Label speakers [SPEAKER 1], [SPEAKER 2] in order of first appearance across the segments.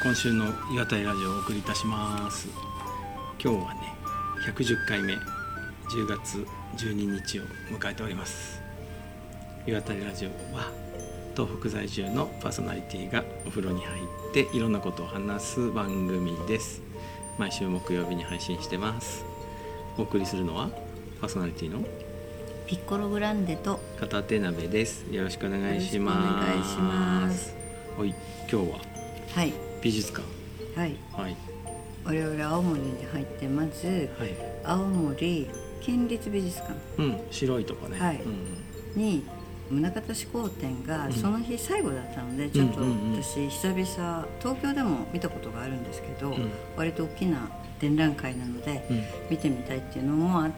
[SPEAKER 1] 今週の岩谷ラジオをお送りいたします。今日はね110回目、10月12日を迎えております。岩谷ラジオは東北在住のパーソナリティがお風呂に入っていろんなことを話す番組です。毎週木曜日に配信してます。お送りするのはパーソナリティの
[SPEAKER 2] ピッコログランデと
[SPEAKER 1] 片手鍋です。よろしくお願いします。
[SPEAKER 2] よろしくお願いします。
[SPEAKER 1] はい、今日は
[SPEAKER 2] はい
[SPEAKER 1] 美術館、
[SPEAKER 2] はい
[SPEAKER 1] はい、
[SPEAKER 2] 我々青森に入ってまず、
[SPEAKER 1] はい、
[SPEAKER 2] 青森県立美術館、
[SPEAKER 1] 白いとこね、
[SPEAKER 2] はいに宗像志功展がその日最後だったので、ちょっと私久々東京でも見たことがあるんですけど、割と大きな展覧会なので、見てみたいっていうのもあって、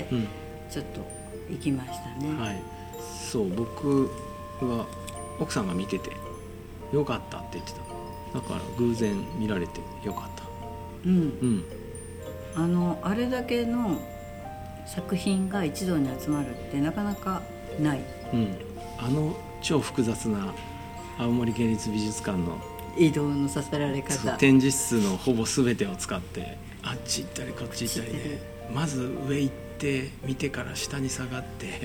[SPEAKER 2] ちょっと行きましたね。
[SPEAKER 1] はい、そう僕は奥さんが見ててよかったって言ってた。だから偶然見られてよかった。
[SPEAKER 2] あれだけの作品が一堂に集まるってなかなかない。
[SPEAKER 1] 超複雑な青森県立美術館の
[SPEAKER 2] 移動のさせられ方、
[SPEAKER 1] 展示室のほぼ全てを使ってあっち行ったりこっち行ったりで、まず上行って見てから下に下がって。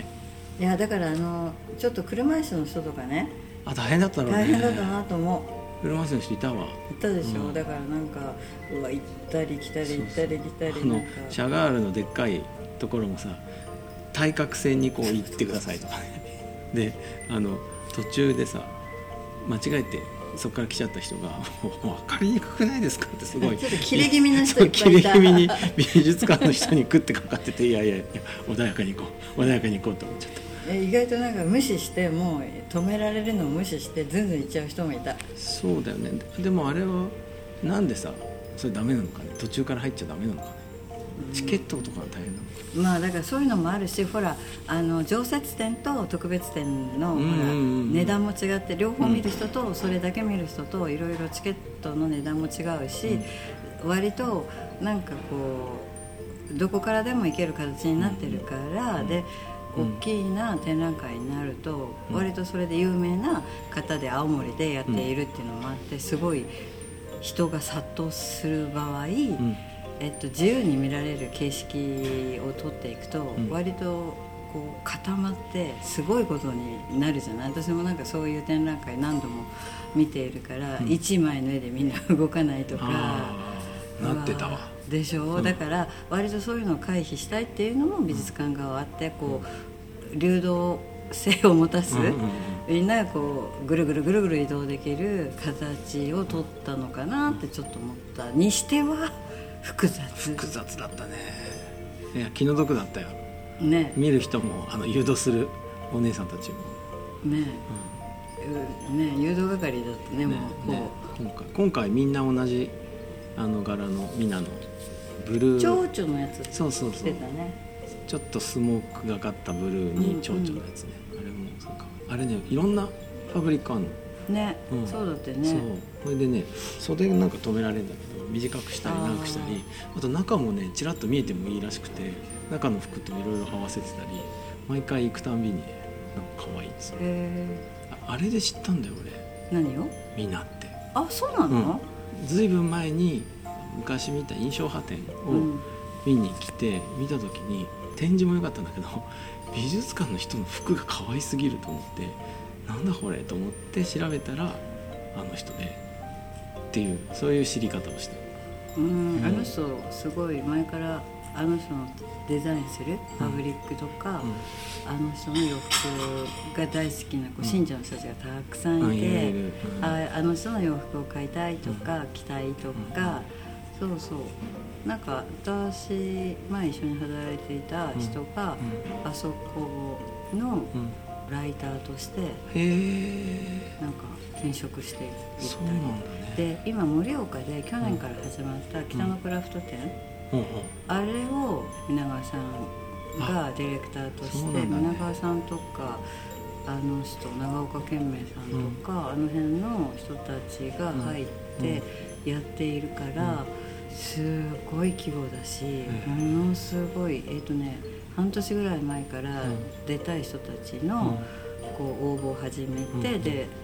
[SPEAKER 2] いやだからちょっと車椅子の人とかね、
[SPEAKER 1] 大変だったろうね。
[SPEAKER 2] 大変だったなと思う。
[SPEAKER 1] 車椅子の人いたわ。
[SPEAKER 2] いたでしょ、だからなんか行ったり来たり行ったり来たり、なんか
[SPEAKER 1] シャガールのでっかいところもさ、対角線にこう行ってくださいとかねで途中でさ間違えてそこから来ちゃった人がもう分かりにくくないですかってすごい
[SPEAKER 2] ちょっと切れ気味な人いっぱいいた。
[SPEAKER 1] 切れ気味に美術館の人にグッてかかってていや穏やかに行こうと思っちゃった。
[SPEAKER 2] 意外となんか無視して、もう止められるのを無視してずんずん行っちゃう人もいた。
[SPEAKER 1] そうだよね。でもあれはなんでさそれダメなのかね。途中から入っちゃダメなのかね。チケットとか大変なのか。
[SPEAKER 2] まあだからそういうのもあるし、ほら常設展と特別展の、値段も違って、両方見る人とそれだけ見る人といろいろチケットの値段も違うし、割となんかこうどこからでも行ける形になってるから、で大きな展覧会になると、割とそれで有名な方で青森でやっているっていうのもあって、すごい人が殺到する場合、自由に見られる形式を取っていくと、割とこう固まってすごいことになるじゃない。私もなんかそういう展覧会何度も見ているから、一枚の絵でみんな動かないとか
[SPEAKER 1] なってたわ
[SPEAKER 2] でしょ、だから割とそういうのを回避したいっていうのも美術館側あって、こう流動性を持たす、みんながこうぐるぐる移動できる形を取ったのかなってちょっと思ったにしては複雑だったね。
[SPEAKER 1] いや気の毒だったよね。見る人も誘導するお姉さんたちもね、
[SPEAKER 2] 誘導係だったね。もう
[SPEAKER 1] 今回みんな同じ柄のみんなのブルー
[SPEAKER 2] 蝶々のやつ着てたね。
[SPEAKER 1] ちょっとスモークがかったブルーに蝶々のやつね、あれもそうか。あれね、いろんなファブリックあるのね、
[SPEAKER 2] そうだってね。
[SPEAKER 1] そう、それでね、袖なんか止められるんだけど、短くしたり長くしたり、あと中もねちらっと見えてもいいらしくて、中の服といろいろ合わせてたり、毎回行くたんびになんか可愛いんですよ。あれで知ったんだよ俺。何を？みんなって。
[SPEAKER 2] あ、そうなの？
[SPEAKER 1] ずいぶん前に昔見た印象派展を見に来て、見た時に展示も良かったんだけど、美術館の人の服が可愛すぎると思って、なんだこれと思って調べたらあの人でっていう、そういう知り方をした。
[SPEAKER 2] あの人すごい前からあの人のデザインするファブリックとか、あの人の洋服が大好きな信者の人たちがたくさんいて、あの人の洋服を買いたいとか、着たいとか、そうなんか私前一緒に働いていた人が、あそこのライターとしてなんか転職していったり、で今盛岡で去年から始まった北のクラフト展、あれを皆川さんがディレクターとして、皆川さんとかあの人長岡健明さんとか、あの辺の人たちが入ってやっているから、すごい規模だし、ものすごい半年ぐらい前から出たい人たちのこう応募を始めて、で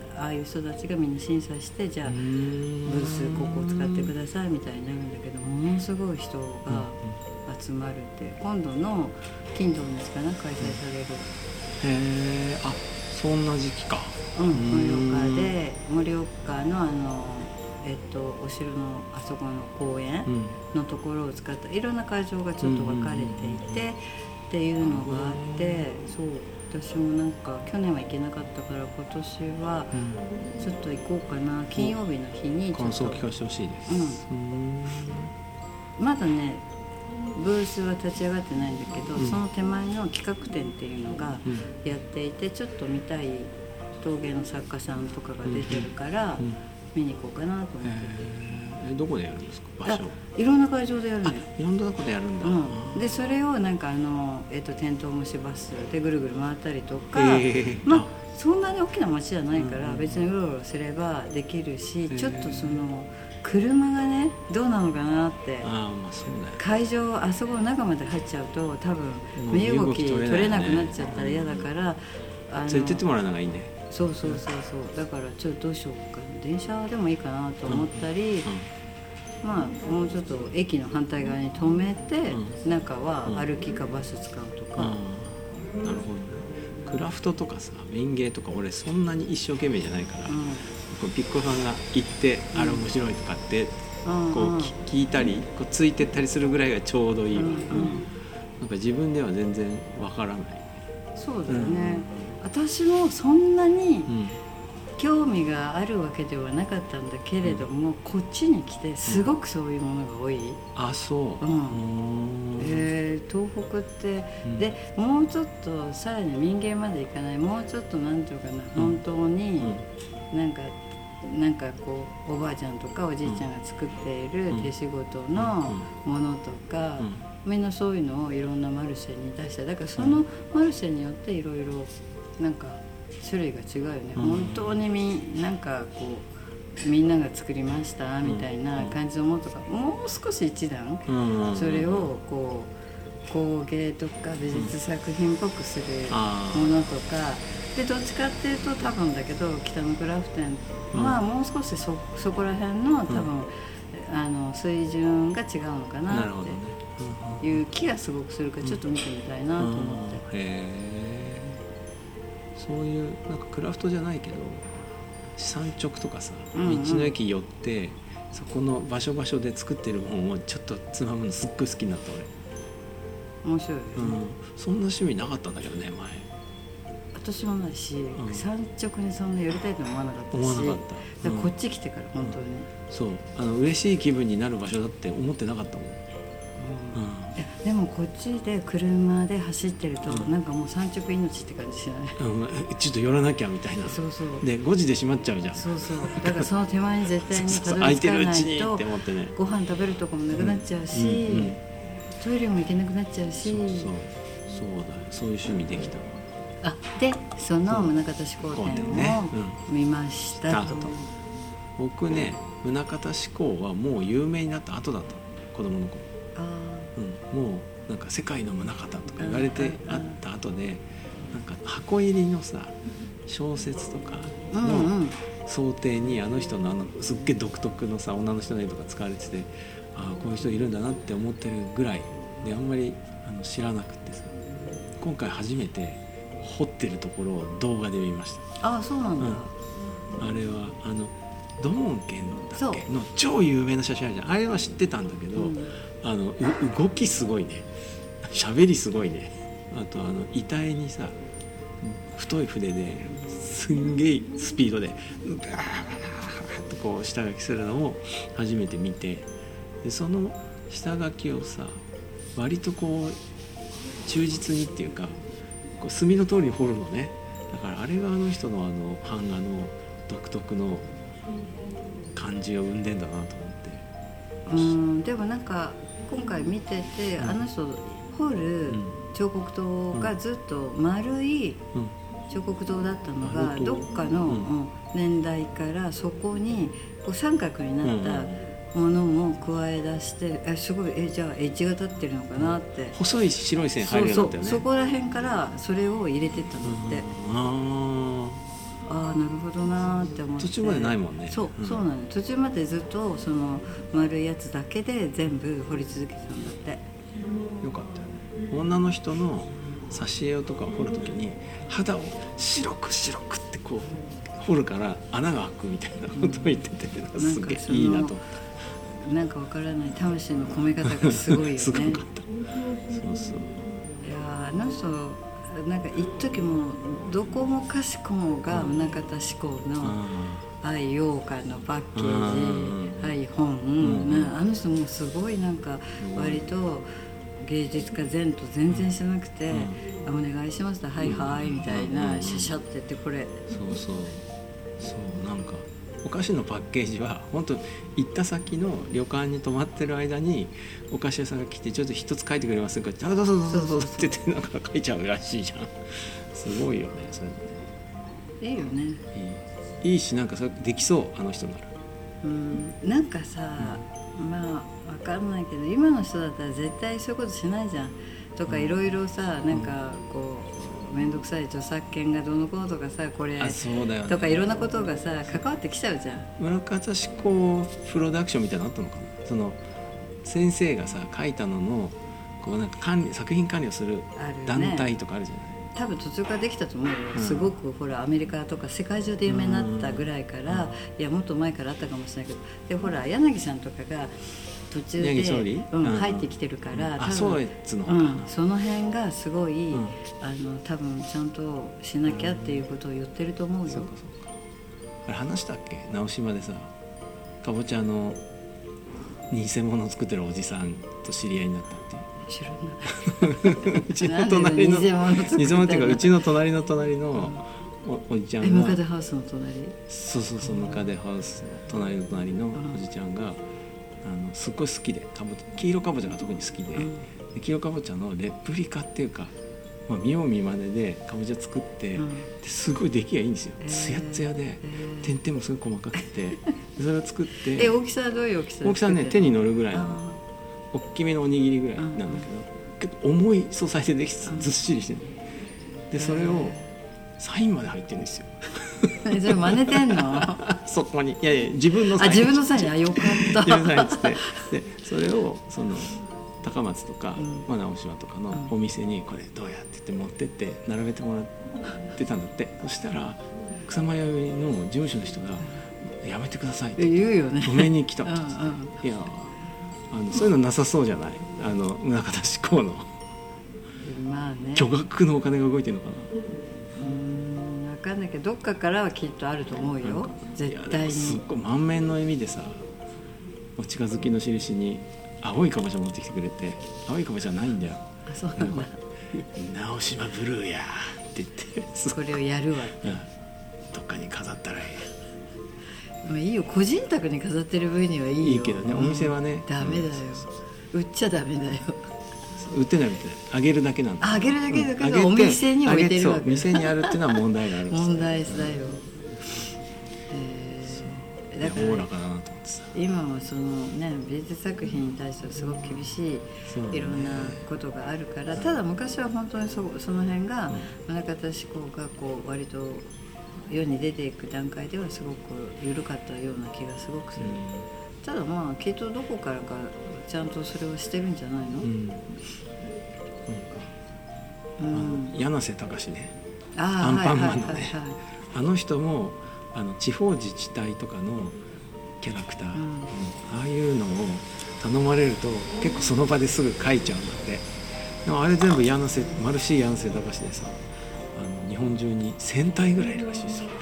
[SPEAKER 2] ああいう人たちがみんな審査して、じゃあブースここを使ってくださいみたいになるんだけど、ものすごい人が集まるって、今度の金土日かな開催される。
[SPEAKER 1] へえ、あ、そんな時期か。
[SPEAKER 2] 盛岡のお城のあそこの公園のところを使ったいろんな会場がちょっと分かれていて、っていうのがあって、そう私もなんか去年は行けなかったから今年はちょっと行こうかな、金曜日の日にちょっと
[SPEAKER 1] 感想を聞かせてほしいです。
[SPEAKER 2] まだねブースは立ち上がってないんだけど、その手前の企画展っていうのがやっていて、ちょっと見たい陶芸の作家さんとかが出てるから見に行こうかなと思ってて。
[SPEAKER 1] どこでやるんですか、場所？
[SPEAKER 2] いろんな会場でやるのよ。
[SPEAKER 1] いろんなとこでやるんだ。
[SPEAKER 2] でそれをなんかテントウムシバスでぐるぐる回ったりとか、そんなに大きな街じゃないから別にうろうろすればできるし、ちょっとその車がねどうなのかなって。会場あそこの中まで入っちゃうと多分身動き取れなくなっちゃったら嫌だから、
[SPEAKER 1] 連れてってもらうのがいいね。
[SPEAKER 2] そうだからちょっとどうしようか、電車でもいいかなと思ったり、まあもうちょっと駅の反対側に止めて、中は歩きかバス使うとか。
[SPEAKER 1] なるほど。クラフトとかさ、民芸とか俺そんなに一生懸命じゃないから、こうピッコさんが行ってあれ面白いとかってこう聞いたりこうついてったりするぐらいがちょうどいいわ。なんか自分では全然わからない。
[SPEAKER 2] そうだよね。私もそんなに興味があるわけではなかったんだけれども、こっちに来てすごくそういうものが多い。
[SPEAKER 1] あ、そう。
[SPEAKER 2] 東北って、でもうちょっとさらに民芸までいかない、もうちょっとなんていうかな、本当になんかこうおばあちゃんとかおじいちゃんが作っている手仕事のものとか、みんなそういうのをいろんなマルシェに出して、だからそのマルシェによっていろいろなんか種類が違うよね。本当になんかこうみんなが作りましたみたいな感じのものとか、もう少し一段それをこう工芸とか美術作品っぽくするものとかで、どっちかっていうと多分だけど北のクラフト店はもう少しそこら辺の多分水準が違うのかなっていう気がすごくするから、ちょっと見てみたいなと思って。
[SPEAKER 1] そういうなんかクラフトじゃないけど産直とかさ、道の駅寄ってそこの場所で作ってる本をちょっとつまむのすっごい好きになった
[SPEAKER 2] 俺。面白いよね。
[SPEAKER 1] そんな趣味なかったんだけどね前。
[SPEAKER 2] 私もないし、産直にそんな寄りたいと思わなかったし、だからこっち来てから本当に、
[SPEAKER 1] そう嬉しい気分になる場所だって思ってなかったもん。
[SPEAKER 2] でもこっちで車で走ってると、なんかもう産直命って感じしない？
[SPEAKER 1] ちょっと寄らなきゃみたいな。
[SPEAKER 2] そう
[SPEAKER 1] で5時で閉まっちゃうじゃん。
[SPEAKER 2] だからその手前に絶対にたどり着かないとご飯食べるとこもなくなっちゃうし、トイレも行けなくなっちゃうし。そうだ、
[SPEAKER 1] そういう趣味できた。
[SPEAKER 2] でその宗像志功展を見ましたと。
[SPEAKER 1] 僕ね、宗像志功はもう有名になった後だった子供の頃。もうなんか世界の宗像とか言われてあった後で、なんか箱入りのさ小説とかの想定にあの人のすっげえ独特のさ女の人の絵とか使われてて、こういう人いるんだなって思ってるぐらいで、あんまり知らなくてさ、今回初めて彫ってるところを動画で見ました。
[SPEAKER 2] そうなんだ。
[SPEAKER 1] あれは土門剣だっけの超有名な写真あるじゃん。あれは知ってたんだけど、動きすごいね、喋りすごいね。あと遺体にさ太い筆ですんげえスピードでガーッとこう下書きするのを初めて見て、でその下書きをさ割とこう忠実にっていうかこう墨の通りに彫るのね。だからあれがあの人の版画の独特の感じを生んでんだなと思って。
[SPEAKER 2] でもなんか今回見てて、あの人彫る彫刻刀がずっと丸い彫刻刀だったのが、どっかの年代からそこにこう三角になったものも加え出して、すごいじゃあエッジが立ってるのかなって。
[SPEAKER 1] 細い白い線入るようになったよね。
[SPEAKER 2] そこら辺からそれを入れてったのって。 ああなるほどなって思って、
[SPEAKER 1] 途中までないもんね。
[SPEAKER 2] そう、そうなの。途中までずっとその丸いやつだけで全部彫り続けてたんだって。
[SPEAKER 1] よかったよね。女の人の挿絵とかを彫るときに肌を白くってこう彫るから穴が開くみたいなことを言ってて、すげえいいなと思った。
[SPEAKER 2] なんかわからない魂の込め方がすごいよね。
[SPEAKER 1] すごかった。そうそう。
[SPEAKER 2] いやあの人なんか一時もどこもかしこもが宗像志功の愛羊羹のパッケージ、愛本、あの人もすごいなんか割と芸術家前と全然しなくて、お願いしますとはいはいみたいな、シャシャってやってこれ。
[SPEAKER 1] そうなんかお菓子のパッケージは本当行った先の旅館に泊まってる間にお菓子屋さんが来てちょっと一つ書いてくれませんかってどうぞって言ってなんか書いちゃうらしいじゃん。すごいよねそれ。
[SPEAKER 2] いいよね。
[SPEAKER 1] いいしなんかそれできそうあの人なら。
[SPEAKER 2] なんかさ、まあ分かんないけど今の人だったら絶対そういうことしないじゃんとかいろいろさ、なんかこう面倒くさい著作権がどうのこうのとかさこれ
[SPEAKER 1] そうだよね、
[SPEAKER 2] とかいろんなことがさ関わってきちゃうじゃん。
[SPEAKER 1] 村方志功プロダクションみたいなのあったのかな。その先生がさ書いたののこうなんか作品管理をする団体とかあるじゃない。
[SPEAKER 2] 多分途中からできたと思うよ、すごくほらアメリカとか世界中で有名になったぐらいから、いやもっと前からあったかもしれないけど、でほら柳さんとかが途中で、入ってきてるから、多分その辺がすごい、多分ちゃんとしなきゃっていうことを言ってると思うよ。
[SPEAKER 1] そうかあれ話したっけ、直島でさかぼちゃの偽物を作ってるおじさんと知り合いになったっていう。
[SPEAKER 2] 知らない。
[SPEAKER 1] うちの隣の偽物っていうかうちの隣のおじちゃんが
[SPEAKER 2] ムカデハウスの隣。
[SPEAKER 1] そうムカデハウスの隣のおじちゃんがすっごい好きで黄色かぼちゃが特に好きで、黄色かぼちゃのレプリカっていうか、見よう見まねでかぼちゃ作って、ですごい出来がいいんですよ。ツヤツヤで点々もすごい細かくてそれを作って
[SPEAKER 2] 大きさはどういう大きさ？
[SPEAKER 1] 大きさはね手に乗るぐらいの大きめのおにぎりぐらいなんだけど、結構重い素材でできてずっしりしてる。でそれをサインまで入ってるんですよ。
[SPEAKER 2] それ真似てんの？
[SPEAKER 1] そこにいや自分のサイン。
[SPEAKER 2] 自分のサインよかった。
[SPEAKER 1] 自分のサインっつってでそれをその高松とか、直島とかのお店にこれどうやって言って持ってって並べてもらってたんだって。そしたら草間彌生の事務所の人がやめてくださいって
[SPEAKER 2] 言うよね。
[SPEAKER 1] 止めに来たって言って、いやそういうのなさそうじゃない、宗像志功の、巨額のお金が動いてるのかな。
[SPEAKER 2] 分かんないけどどっかからはきっとあると思うよ、絶対に。
[SPEAKER 1] すっごい満面の笑みでさお近づきの印に青いかぼちゃ持ってきてくれて、青いかぼちゃないんだよ。
[SPEAKER 2] そうなんだ。
[SPEAKER 1] 直島ブルーやって言って
[SPEAKER 2] これをやるわ、
[SPEAKER 1] どっかに飾ったらい
[SPEAKER 2] いいよ、個人宅に飾ってる分にはいいよ。
[SPEAKER 1] いいけどね、お店はね
[SPEAKER 2] ダメだよ、売っちゃダメだよ。
[SPEAKER 1] 売ってないあげるだけなんだ。
[SPEAKER 2] あげるだけだけど、お店に置いてるわけ。
[SPEAKER 1] 店にあるっていうのは問題があるんですよ。
[SPEAKER 2] 問題だよ。
[SPEAKER 1] だからおおらかだなと思ってさ、
[SPEAKER 2] 今はそのね美術作品に対してはすごく厳しい、いろんなことがあるから。ただ昔は本当にその辺が宗像志功がこう割と世に出ていく段階ではすごく緩かったような気がすごくする。ただきっとどこからかちゃんとそれをしてるんじゃないの？
[SPEAKER 1] 柳瀬隆ね、アンパンマンのね、あの人も地方自治体とかのキャラクター、ああいうのを頼まれると結構その場ですぐ描いちゃうんだって。でもあれ全部マルシー柳瀬隆でさ、日本中に1000体ぐらいいるらしいですよ。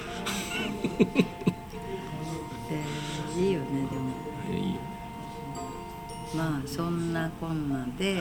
[SPEAKER 2] いいよね。でも
[SPEAKER 1] いいよ。
[SPEAKER 2] そんなこんなで、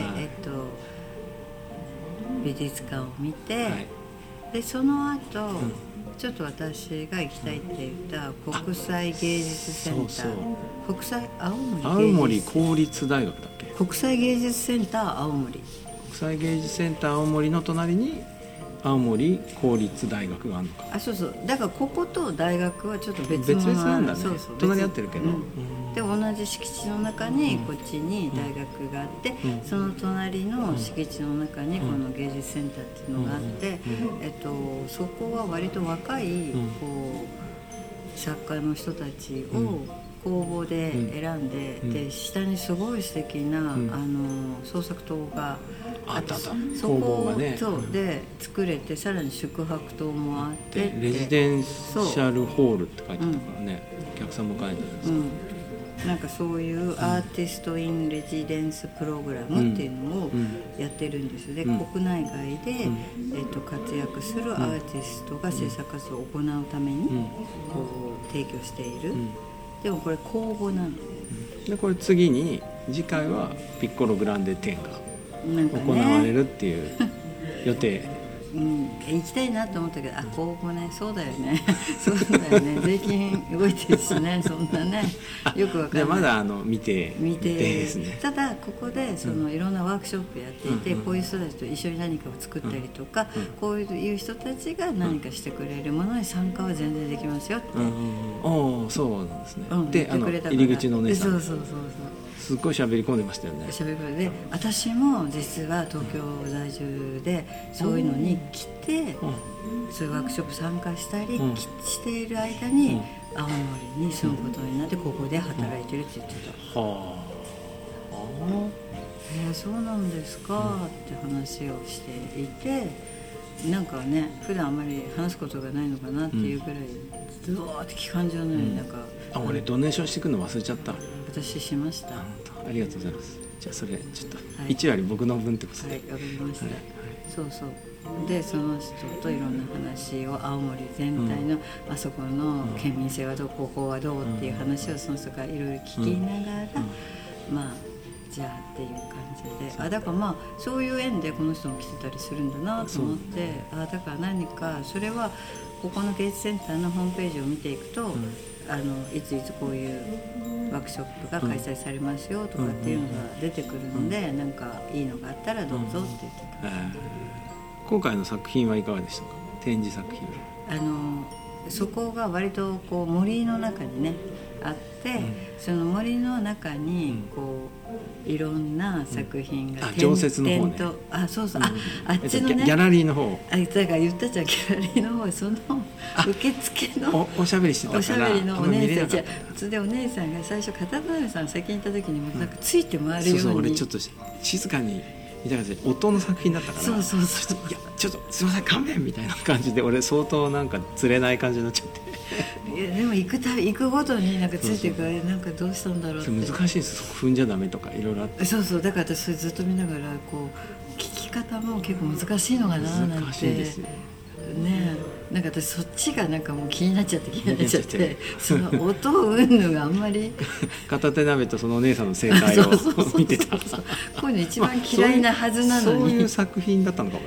[SPEAKER 2] 美術館を見て、でその後、ちょっと私が行きたいって言った国際芸術センター、
[SPEAKER 1] 青森公立大学だっけ。
[SPEAKER 2] 国際芸術センター青森、
[SPEAKER 1] 国際芸術センター青森の隣に青森公立大学があるのか。
[SPEAKER 2] あ、そうそう、だからここと大学はちょっと別
[SPEAKER 1] 々なんだね。
[SPEAKER 2] そうそう、
[SPEAKER 1] 隣り合ってるけど、
[SPEAKER 2] で同じ敷地の中にこっちに大学があって、その隣の敷地の中にこの芸術センターっていうのがあって、そこは割と若いこう作家の人たちを公募で選んで、で下にすごい素敵な、創作棟が
[SPEAKER 1] あった。
[SPEAKER 2] そこがね、そうで作れて、さらに宿泊棟もあって、
[SPEAKER 1] レジデンシャルホールって書いてあったからね、お客さんも書いてあるんですか、
[SPEAKER 2] なんかそういうアーティスト・イン・レジデンスプログラムっていうのをやってるんです。で、国内外で、活躍するアーティストが制作活動を行うためにこう提供している、でもこれ公募なの
[SPEAKER 1] で、これ次回はピッコログランデ展が
[SPEAKER 2] なんか、ね、
[SPEAKER 1] 行われるっていう予定。
[SPEAKER 2] 行きたいなと思ったけど、公募ね、そうだよねそうだよね、税金動いてるしね、そんなね、よくわかんない。
[SPEAKER 1] まだ未定ですね。
[SPEAKER 2] ただここでいろんなワークショップやっていて、こういう人たちと一緒に何かを作ったりとか、こういう人たちが何かしてくれるものに参加は全然できますよって、
[SPEAKER 1] そうなんですね、で入り口のお姉さん、そうすっごい喋り込んでましたよね。
[SPEAKER 2] で、私も実は東京在住でそういうのに来て、そういうワークショップ参加したりしている間に、青森に住むことになってここで働いてるって言ってた。そうなんですかって話をしていて、なんかね、普段あまり話すことがないのかなっていうぐらいずわーって機関銃のようになんか、
[SPEAKER 1] 俺ドネーションしてくるの忘れちゃった。
[SPEAKER 2] 私しました。
[SPEAKER 1] ありがとうございます。じゃあそれちょっと1割僕の分ってことで。
[SPEAKER 2] はい、わかりました。そうで、その人といろんな話を青森全体の、あそこの県民性はどう、ここはどうっていう話をその人がいろいろ聞きながら、まあじゃあっていう感じで、だからそういう縁でこの人も来てたりするんだなと思って、だから何かそれはここの芸術センターのホームページを見ていくと、いついつこういうワークショップが開催されますよとかっていうのが出てくるので、なんかいいのがあったらどうぞって言ってた。
[SPEAKER 1] 今回の作品はいかがでしたか？展示作品。
[SPEAKER 2] そこが割とこう森の中にねあって、その森の中にこういろんな作品が
[SPEAKER 1] 常設の方ね。
[SPEAKER 2] そうそう、あっちのね、
[SPEAKER 1] ギャラリーの方。
[SPEAKER 2] だから言ったじゃん、ギャラリーの方、その受付の
[SPEAKER 1] おしゃべりしてたから、
[SPEAKER 2] おしゃべりのお姉さん、じゃでお姉さんが最初片田さん先に行った時にもなんかついて回るように、
[SPEAKER 1] 俺ちょっと静かに見た感じで音の作品だったから、
[SPEAKER 2] そうい
[SPEAKER 1] やちょっとすいません勘弁みたいな感じで、俺相当なんか釣れない感じになっちゃって。
[SPEAKER 2] いやでも行くごとになんかついていくから、なんかどうしたんだろうって。
[SPEAKER 1] 難しいです。踏んじゃダメとかいろいろあって。
[SPEAKER 2] そうだから私それずっと見ながら、こう聞き方も結構難しいのかななんて。
[SPEAKER 1] 難しいですよ
[SPEAKER 2] ね。なんか私そっちがなんかもう気になっちゃってその音をうんぬがあんまり
[SPEAKER 1] 片手鍋とそのお姉さんの正解を見てた。
[SPEAKER 2] こういうの一番嫌いなはずなのに、
[SPEAKER 1] そういう作品だったのかも。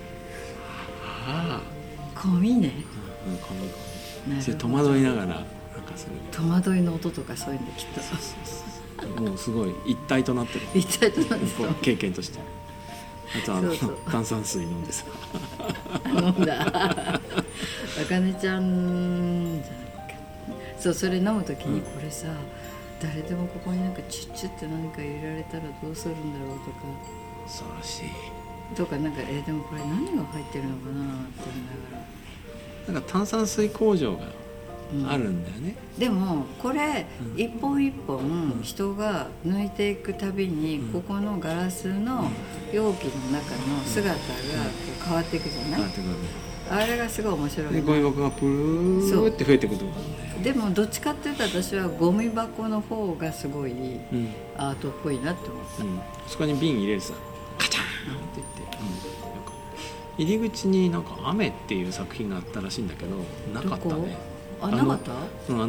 [SPEAKER 2] 込みね。
[SPEAKER 1] それ戸惑いながら、なんかそれ
[SPEAKER 2] 戸惑いの音とかそういうのきっ
[SPEAKER 1] ともうすごい一体となってる。
[SPEAKER 2] 一体となってる
[SPEAKER 1] 経験として。あと炭酸水飲んでさ。
[SPEAKER 2] 飲んだ。あかねちゃんじゃないか。それ飲むときに、これさ、誰でもここになんかチュッチュって何か入れられたらどうするんだろうとか。
[SPEAKER 1] 恐ろしい。
[SPEAKER 2] とかなんかでもこれ何が入ってるのかなって思いながら。
[SPEAKER 1] なんか炭酸水工場があるんだよね。
[SPEAKER 2] でもこれ一本一本人が抜いていくたびに、ここのガラスの容器の中の姿がこう変わっていくじゃない。あれがすごい面白いな。
[SPEAKER 1] でゴミ箱がプーって増えてくる。
[SPEAKER 2] でもどっちかっていうと私はゴミ箱の方がすごいアートっぽいなって思った。
[SPEAKER 1] そこに瓶入れるさ、カチャーンって言って、入り口になんか雨っていう作品があったらしいんだけど、なかったね。
[SPEAKER 2] なかった？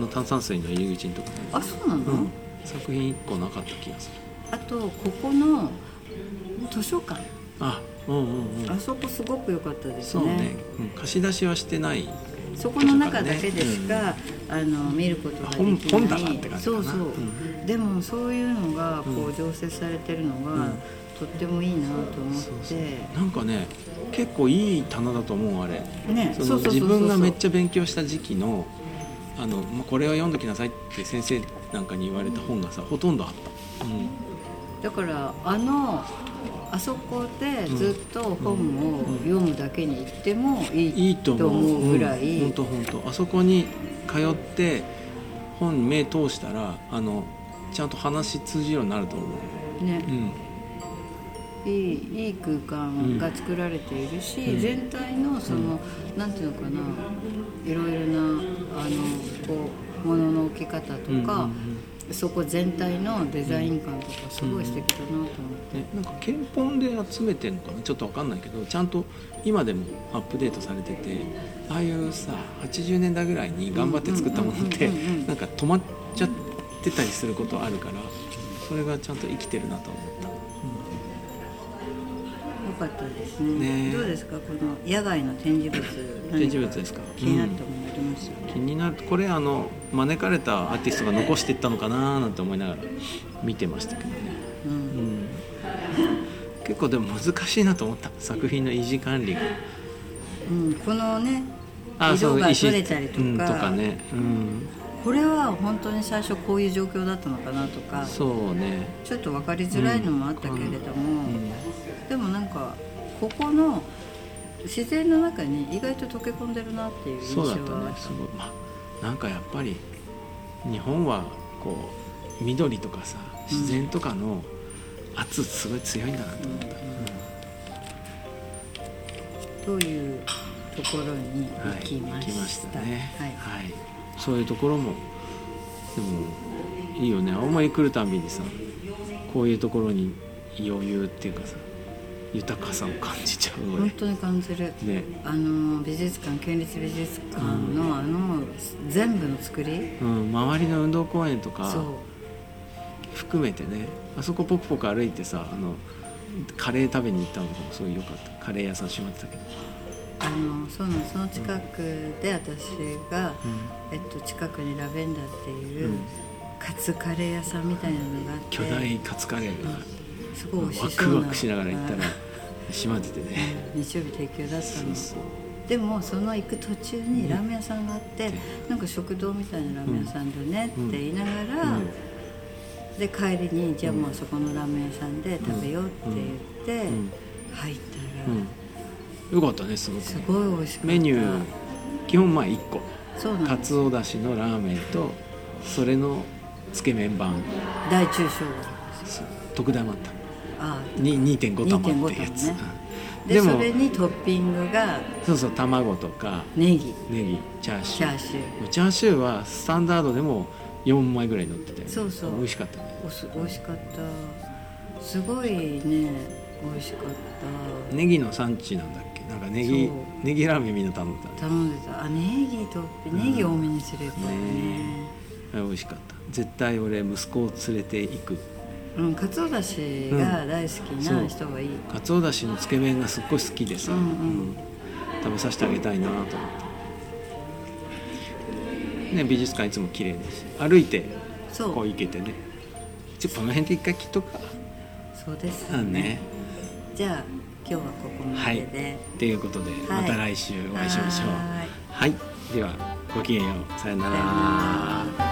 [SPEAKER 1] 炭酸水の入り口のところに。
[SPEAKER 2] そうなの？
[SPEAKER 1] 作品1個なかった気がする。
[SPEAKER 2] あとここの図書館、あそこすごく良かったですね。
[SPEAKER 1] そうね、貸し出しはしてない、
[SPEAKER 2] そこの中だけでしか、見ることができない
[SPEAKER 1] 本棚って感じかな。
[SPEAKER 2] でもそういうのがこう常設されてるのが、 とってもいいなと思って。
[SPEAKER 1] そうなんかね結構いい棚だと思うあれ、
[SPEAKER 2] ね、
[SPEAKER 1] 自分がめっちゃ勉強した時期のこれを読んどきなさいって先生なんかに言われた本がさほとんどあった、
[SPEAKER 2] だからあそこでずっと本を読むだけに行ってもいいと思うぐらい、
[SPEAKER 1] 本当あそこに通って本目通したらちゃんと話通じるようになると思うね、
[SPEAKER 2] いい空間が作られているし、全体のなんていうのかな、いろいろなこう物の置き方とか、そこ全体のデザイン感とかすごい素敵だなと思って、
[SPEAKER 1] なんか憲本で集めてるのかなちょっと分かんないけど、ちゃんと今でもアップデートされてて、ああいうさ80年代ぐらいに頑張って作ったものってなんか止まっちゃってたりすることあるから、それがちゃんと生きてるなと思った。
[SPEAKER 2] よかったですね。どうですかこの野外の展示物、
[SPEAKER 1] 展示物ですか。
[SPEAKER 2] 気になったものあります？
[SPEAKER 1] 気になる。これ招かれたアーティストが残していったのかななんて思いながら見てましたけどね、結構でも難しいなと思った。作品の維持管理が、
[SPEAKER 2] このね色が取れたりとか、
[SPEAKER 1] とかね、
[SPEAKER 2] これは本当に最初こういう状況だったのかなとか、
[SPEAKER 1] そうね、
[SPEAKER 2] ちょっと分かりづらいのもあったけれども、でもなんかここの自然の中に意外と溶け込んでるなっていう印象はあった。
[SPEAKER 1] そうだったね、すごい。なんかやっぱり日本はこう緑とかさ自然とかの圧すごい強いんだなと思った、
[SPEAKER 2] というところに行きました
[SPEAKER 1] ね。そういうところもでもいいよね。青森来るたびにさこういうところに余裕っていうかさ豊かさを感じちゃう。
[SPEAKER 2] 本当に感じる、ね、美術館、県立美術館の、全部の作り、
[SPEAKER 1] 周りの運動公園とか含めてね、あそこポクポク歩いてさカレー食べに行ったのとかもすごい良かった。カレー屋さん閉まってたけど、
[SPEAKER 2] その近くで私が、近くにラベンダーっていう、カツカレー屋さんみたいなのがあって、
[SPEAKER 1] 巨大カツカレーが、
[SPEAKER 2] すごい美味しそうな、
[SPEAKER 1] ワクワクしながら行ったら閉まっててね、
[SPEAKER 2] 日曜日提供だったの。でもその行く途中にラーメン屋さんがあって、なんか食堂みたいなラーメン屋さんだねって言いながら、で帰りにじゃあもうそこのラーメン屋さんで食べようって言って入ったら、
[SPEAKER 1] よかったね、すごくね。
[SPEAKER 2] すごい美味しかった。
[SPEAKER 1] メニュー基本1個、か
[SPEAKER 2] か
[SPEAKER 1] つおだしのラーメンとそれのつけ麺版、
[SPEAKER 2] 大中小
[SPEAKER 1] 特大もあった。2.5 玉っていうやつ、
[SPEAKER 2] でそれにトッピングが
[SPEAKER 1] そう卵とか
[SPEAKER 2] ネギ、
[SPEAKER 1] チャーシューはスタンダードでも4枚ぐらい乗ってて、
[SPEAKER 2] そう
[SPEAKER 1] 美味しかったね。
[SPEAKER 2] 美味しかった。すごいね、美味しかった。
[SPEAKER 1] ネギの産地なんだっけ。なんかネギラーメンみんな頼んでた。
[SPEAKER 2] ネギとネギ多めにすればね、
[SPEAKER 1] 美味しかった。絶対俺息子を連れて行く。
[SPEAKER 2] かつおだしが大好きな人がいい。
[SPEAKER 1] かつおだしのつけ麺がすっごい好きでさ、食べさせてあげたいなと思って、ね、美術館いつも綺麗だし、歩いてこう行けてね。この辺で一回切っとくか。
[SPEAKER 2] そうです
[SPEAKER 1] ね。
[SPEAKER 2] じゃあ今日はここまでで、
[SPEAKER 1] ということで、また来週お会いしましょう。はい、ではごきげんよう。さよなら。